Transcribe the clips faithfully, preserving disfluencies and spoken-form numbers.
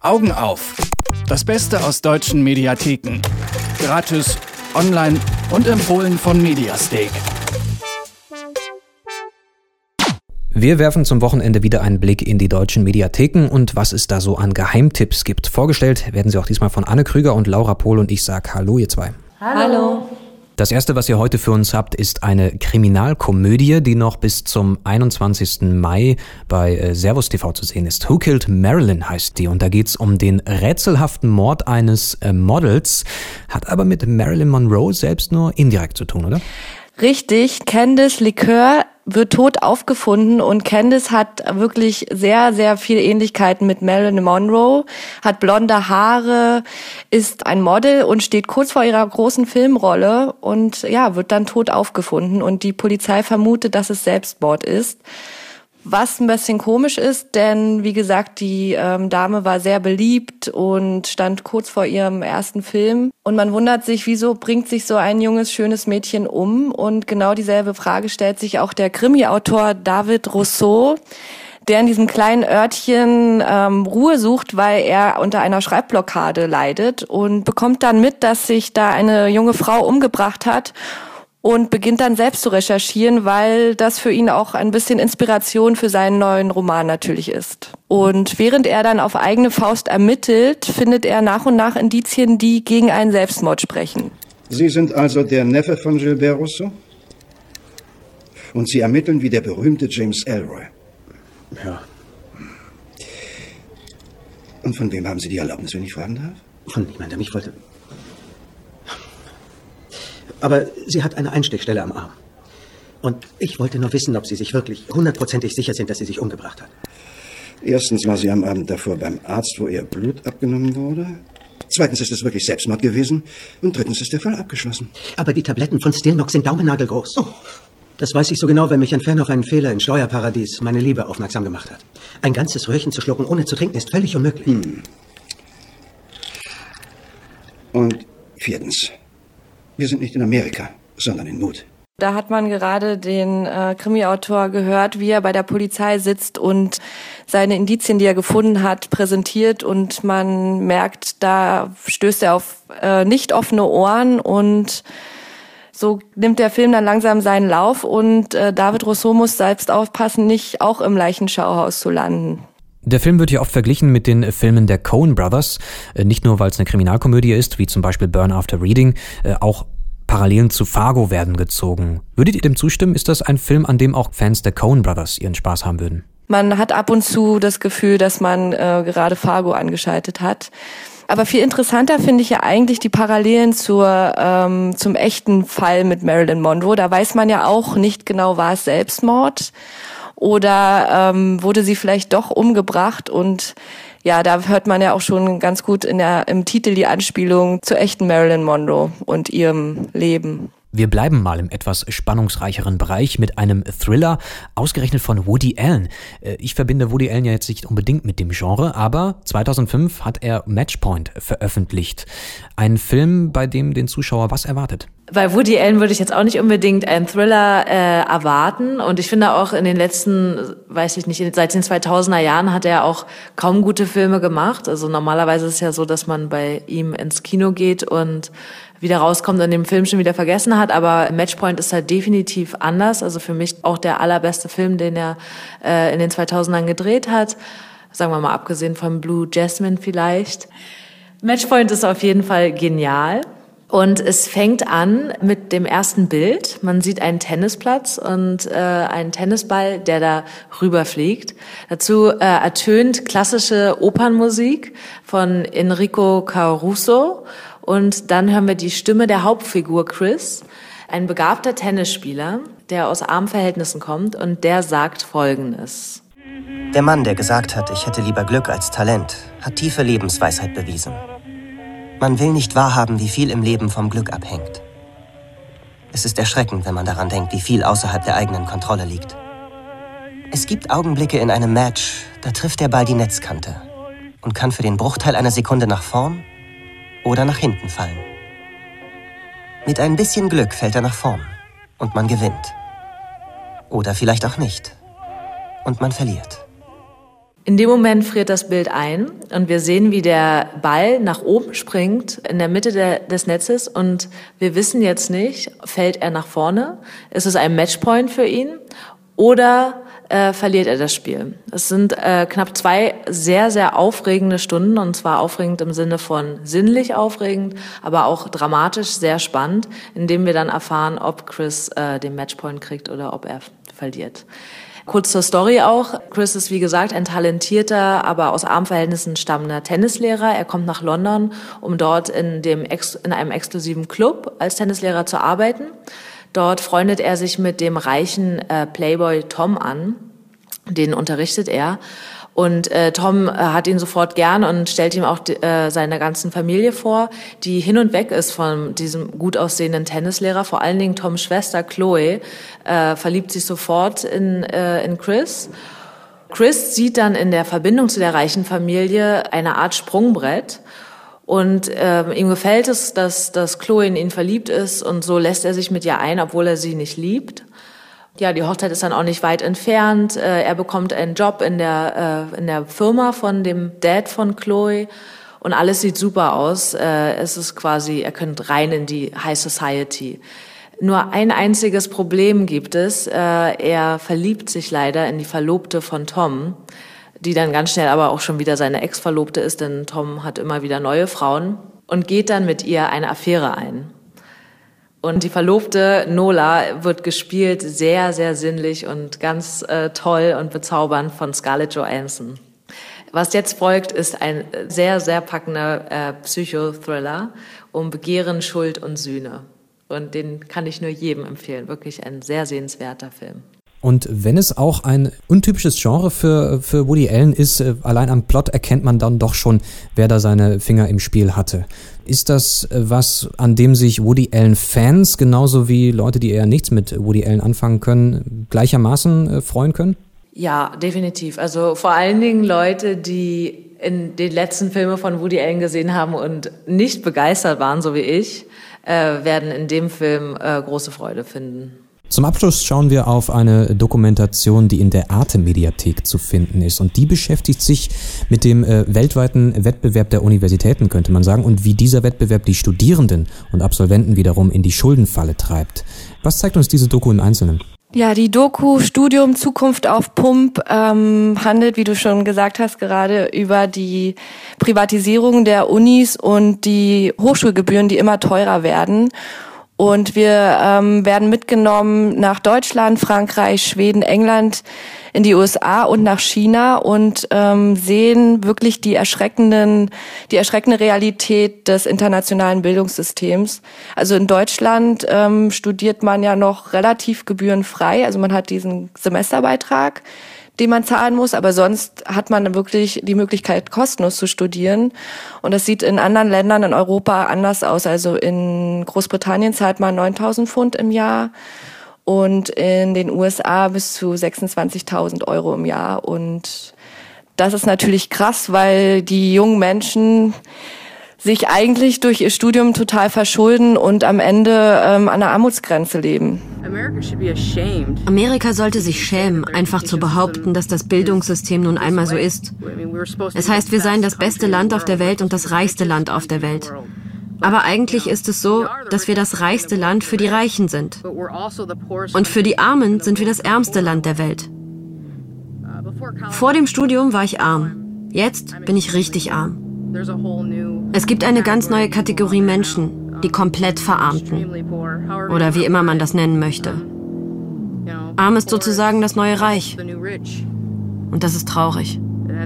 Augen auf. Das Beste aus deutschen Mediatheken. Gratis, online und empfohlen von Mediasteak. Wir werfen zum Wochenende wieder einen Blick in die deutschen Mediatheken und was es da so an Geheimtipps gibt. Vorgestellt werden sie auch diesmal von Anne Krüger und Laura Pohl und ich sag Hallo ihr zwei. Hallo. Das erste, was ihr heute für uns habt, ist eine Kriminalkomödie, die noch bis zum einundzwanzigsten Mai bei äh, Servus T V zu sehen ist. Who Killed Marilyn heißt die und da geht's um den rätselhaften Mord eines äh, Models, hat aber mit Marilyn Monroe selbst nur indirekt zu tun, oder? Richtig, Candice LeCoeur wird tot aufgefunden und Candice hat wirklich sehr, sehr viele Ähnlichkeiten mit Marilyn Monroe, hat blonde Haare, ist ein Model und steht kurz vor ihrer großen Filmrolle und ja, wird dann tot aufgefunden und die Polizei vermutet, dass es Selbstmord ist. Was ein bisschen komisch ist, denn wie gesagt, die ähm, Dame war sehr beliebt und stand kurz vor ihrem ersten Film. Und man wundert sich, wieso bringt sich so ein junges, schönes Mädchen um? Und genau dieselbe Frage stellt sich auch der Krimi-Autor David Rousseau, der in diesem kleinen Örtchen ähm, Ruhe sucht, weil er unter einer Schreibblockade leidet und bekommt dann mit, dass sich da eine junge Frau umgebracht hat. Und beginnt dann selbst zu recherchieren, weil das für ihn auch ein bisschen Inspiration für seinen neuen Roman natürlich ist. Und während er dann auf eigene Faust ermittelt, findet er nach und nach Indizien, die gegen einen Selbstmord sprechen. Sie sind also der Neffe von Gilbert Rousseau? Und Sie ermitteln wie der berühmte James Ellroy? Ja. Und von wem haben Sie die Erlaubnis, wenn ich fragen darf? Von niemandem, ich wollte... Aber sie hat eine Einstichstelle am Arm. Und ich wollte nur wissen, ob Sie sich wirklich hundertprozentig sicher sind, dass sie sich umgebracht hat. Erstens war sie am Abend davor beim Arzt, wo ihr Blut abgenommen wurde. Zweitens ist es wirklich Selbstmord gewesen. Und drittens ist der Fall abgeschlossen. Aber die Tabletten von Stilnox sind daumennagelgroß. Oh. Das weiß ich so genau, weil mich ein Fan auf einen Fehler in Steuerparadies, meine Liebe, aufmerksam gemacht hat. Ein ganzes Röhrchen zu schlucken, ohne zu trinken, ist völlig unmöglich. Hm. Und viertens... Wir sind nicht in Amerika, sondern in Mut. Da hat man gerade den äh, Krimi-Autor gehört, wie er bei der Polizei sitzt und seine Indizien, die er gefunden hat, präsentiert. Und man merkt, da stößt er auf äh, nicht offene Ohren. Und so nimmt der Film dann langsam seinen Lauf. Und äh, David Rousseau muss selbst aufpassen, nicht auch im Leichenschauhaus zu landen. Der Film wird ja oft verglichen mit den Filmen der Coen Brothers, nicht nur weil es eine Kriminalkomödie ist, wie zum Beispiel Burn After Reading, auch Parallelen zu Fargo werden gezogen. Würdet ihr dem zustimmen? Ist das ein Film, an dem auch Fans der Coen Brothers ihren Spaß haben würden? Man hat ab und zu das Gefühl, dass man äh, gerade Fargo angeschaltet hat. Aber viel interessanter finde ich ja eigentlich die Parallelen zur, ähm, zum echten Fall mit Marilyn Monroe. Da weiß man ja auch nicht genau, war es Selbstmord oder ähm, wurde sie vielleicht doch umgebracht? Und ja, da hört man ja auch schon ganz gut in der, im Titel die Anspielung zur echten Marilyn Monroe und ihrem Leben. Wir bleiben mal im etwas spannungsreicheren Bereich mit einem Thriller, ausgerechnet von Woody Allen. Ich verbinde Woody Allen ja jetzt nicht unbedingt mit dem Genre, aber zweitausendfünf hat er Matchpoint veröffentlicht. Ein Film, bei dem den Zuschauer was erwartet. Bei Woody Allen würde ich jetzt auch nicht unbedingt einen Thriller äh, erwarten. Und ich finde auch in den letzten, weiß ich nicht, seit den zweitausender Jahren hat er auch kaum gute Filme gemacht. Also normalerweise ist es ja so, dass man bei ihm ins Kino geht und wieder rauskommt und den Film schon wieder vergessen hat. Aber Matchpoint ist halt definitiv anders. Also für mich auch der allerbeste Film, den er äh, in den zweitausendern gedreht hat. Sagen wir mal abgesehen von Blue Jasmine vielleicht. Matchpoint ist auf jeden Fall genial. Und es fängt an mit dem ersten Bild. Man sieht einen Tennisplatz und äh, einen Tennisball, der da rüberfliegt. Dazu äh, ertönt klassische Opernmusik von Enrico Caruso. Und dann hören wir die Stimme der Hauptfigur Chris, ein begabter Tennisspieler, der aus armen Verhältnissen kommt. Und der sagt Folgendes. Der Mann, der gesagt hat, ich hätte lieber Glück als Talent, hat tiefe Lebensweisheit bewiesen. Man will nicht wahrhaben, wie viel im Leben vom Glück abhängt. Es ist erschreckend, wenn man daran denkt, wie viel außerhalb der eigenen Kontrolle liegt. Es gibt Augenblicke in einem Match, da trifft der Ball die Netzkante und kann für den Bruchteil einer Sekunde nach vorn oder nach hinten fallen. Mit ein bisschen Glück fällt er nach vorn und man gewinnt. Oder vielleicht auch nicht und man verliert. In dem Moment friert das Bild ein und wir sehen, wie der Ball nach oben springt in der Mitte der, des Netzes und wir wissen jetzt nicht, fällt er nach vorne, ist es ein Matchpoint für ihn oder äh, verliert er das Spiel. Es sind äh, knapp zwei sehr, sehr aufregende Stunden und zwar aufregend im Sinne von sinnlich aufregend, aber auch dramatisch sehr spannend, indem wir dann erfahren, ob Chris äh, den Matchpoint kriegt oder ob er verliert. Kurz zur Story auch. Chris ist, wie gesagt, ein talentierter, aber aus armen Verhältnissen stammender Tennislehrer. Er kommt nach London, um dort in, dem Ex- in einem exklusiven Club als Tennislehrer zu arbeiten. Dort freundet er sich mit dem reichen äh, Playboy Tom an. Den unterrichtet er. Und äh, Tom äh, hat ihn sofort gern und stellt ihm auch die, äh, seine ganzen Familie vor, die hin und weg ist von diesem gut aussehenden Tennislehrer. Vor allen Dingen Toms Schwester Chloe äh, verliebt sich sofort in, äh, in Chris. Chris sieht dann in der Verbindung zu der reichen Familie eine Art Sprungbrett. Und äh, ihm gefällt es, dass, dass Chloe in ihn verliebt ist und so lässt er sich mit ihr ein, obwohl er sie nicht liebt. Ja, die Hochzeit ist dann auch nicht weit entfernt. Er bekommt einen Job in der, in der Firma von dem Dad von Chloe und alles sieht super aus. Es ist quasi, er könnte rein in die High Society. Nur ein einziges Problem gibt es. Er verliebt sich leider in die Verlobte von Tom, die dann ganz schnell aber auch schon wieder seine Ex-Verlobte ist, denn Tom hat immer wieder neue Frauen und geht dann mit ihr eine Affäre ein. Und die Verlobte Nola wird gespielt sehr, sehr sinnlich und ganz äh, toll und bezaubernd von Scarlett Johansson. Was jetzt folgt, ist ein sehr, sehr packender äh, Psychothriller um Begehren, Schuld und Sühne. Und den kann ich nur jedem empfehlen. Wirklich ein sehr sehenswerter Film. Und wenn es auch ein untypisches Genre für, für Woody Allen ist, äh, allein am Plot erkennt man dann doch schon, wer da seine Finger im Spiel hatte. Ist das äh, was, an dem sich Woody Allen-Fans, genauso wie Leute, die eher nichts mit Woody Allen anfangen können, gleichermaßen äh, freuen können? Ja, definitiv. Also vor allen Dingen Leute, die in den letzten Filmen von Woody Allen gesehen haben und nicht begeistert waren, so wie ich, äh, werden in dem Film äh, große Freude finden. Zum Abschluss schauen wir auf eine Dokumentation, die in der Arte-Mediathek zu finden ist. Und die beschäftigt sich mit dem äh, weltweiten Wettbewerb der Universitäten, könnte man sagen, und wie dieser Wettbewerb die Studierenden und Absolventen wiederum in die Schuldenfalle treibt. Was zeigt uns diese Doku im Einzelnen? Ja, die Doku Studium Zukunft auf Pump ähm, handelt, wie du schon gesagt hast, gerade über die Privatisierung der Unis und die Hochschulgebühren, die immer teurer werden. Und wir ähm, werden mitgenommen nach Deutschland, Frankreich, Schweden, England, in die U S A und nach China und ähm, sehen wirklich die erschreckenden, die erschreckende Realität des internationalen Bildungssystems. Also in Deutschland ähm, studiert man ja noch relativ gebührenfrei, also man hat diesen Semesterbeitrag, den man zahlen muss, aber sonst hat man wirklich die Möglichkeit, kostenlos zu studieren. Und das sieht in anderen Ländern in Europa anders aus. Also in Großbritannien zahlt man neuntausend Pfund im Jahr und in den U S A bis zu sechsundzwanzigtausend Euro im Jahr. Und das ist natürlich krass, weil die jungen Menschen sich eigentlich durch ihr Studium total verschulden und am Ende ähm, an der Armutsgrenze leben. Amerika sollte sich schämen, einfach zu behaupten, dass das Bildungssystem nun einmal so ist. Es heißt, wir seien das beste Land auf der Welt und das reichste Land auf der Welt. Aber eigentlich ist es so, dass wir das reichste Land für die Reichen sind. Und für die Armen sind wir das ärmste Land der Welt. Vor dem Studium war ich arm. Jetzt bin ich richtig arm. Es gibt eine ganz neue Kategorie Menschen, die komplett Verarmten. Oder wie immer man das nennen möchte. Arm ist sozusagen das neue Reich. Und das ist traurig.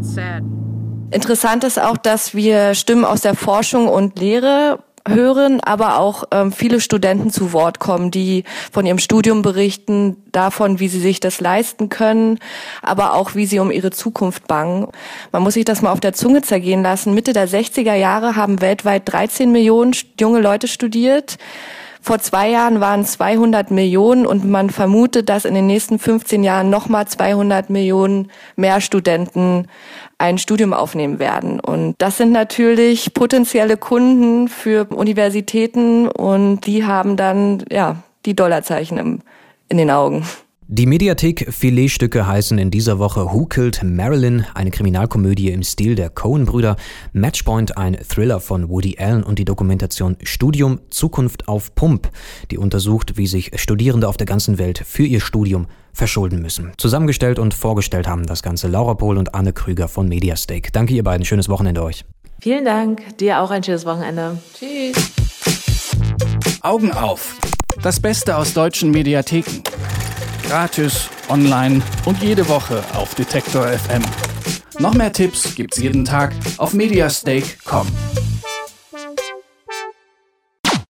Interessant ist auch, dass wir Stimmen aus der Forschung und Lehre hören, aber auch ähm, viele Studenten zu Wort kommen, die von ihrem Studium berichten, davon, wie sie sich das leisten können, aber auch, wie sie um ihre Zukunft bangen. Man muss sich das mal auf der Zunge zergehen lassen. Mitte der sechziger Jahre haben weltweit dreizehn Millionen junge Leute studiert. Vor zwei Jahren waren es zweihundert Millionen und man vermutet, dass in den nächsten fünfzehn Jahren nochmal zweihundert Millionen mehr Studenten ein Studium aufnehmen werden. Und das sind natürlich potenzielle Kunden für Universitäten und die haben dann ja die Dollarzeichen im, in den Augen. Die Mediathek Filetstücke heißen in dieser Woche Who Killed Marilyn, eine Kriminalkomödie im Stil der Coen-Brüder, Matchpoint, ein Thriller von Woody Allen und die Dokumentation Studium Zukunft auf Pump, die untersucht, wie sich Studierende auf der ganzen Welt für ihr Studium verschulden müssen. Zusammengestellt und vorgestellt haben das Ganze Laura Pohl und Anne Krüger von Mediastake. Danke ihr beiden, schönes Wochenende euch. Vielen Dank, dir auch ein schönes Wochenende. Tschüss. Augen auf. Das Beste aus deutschen Mediatheken. Gratis, online und jede Woche auf Detektor F M. Noch mehr Tipps gibt's jeden Tag auf mediastake punkt com.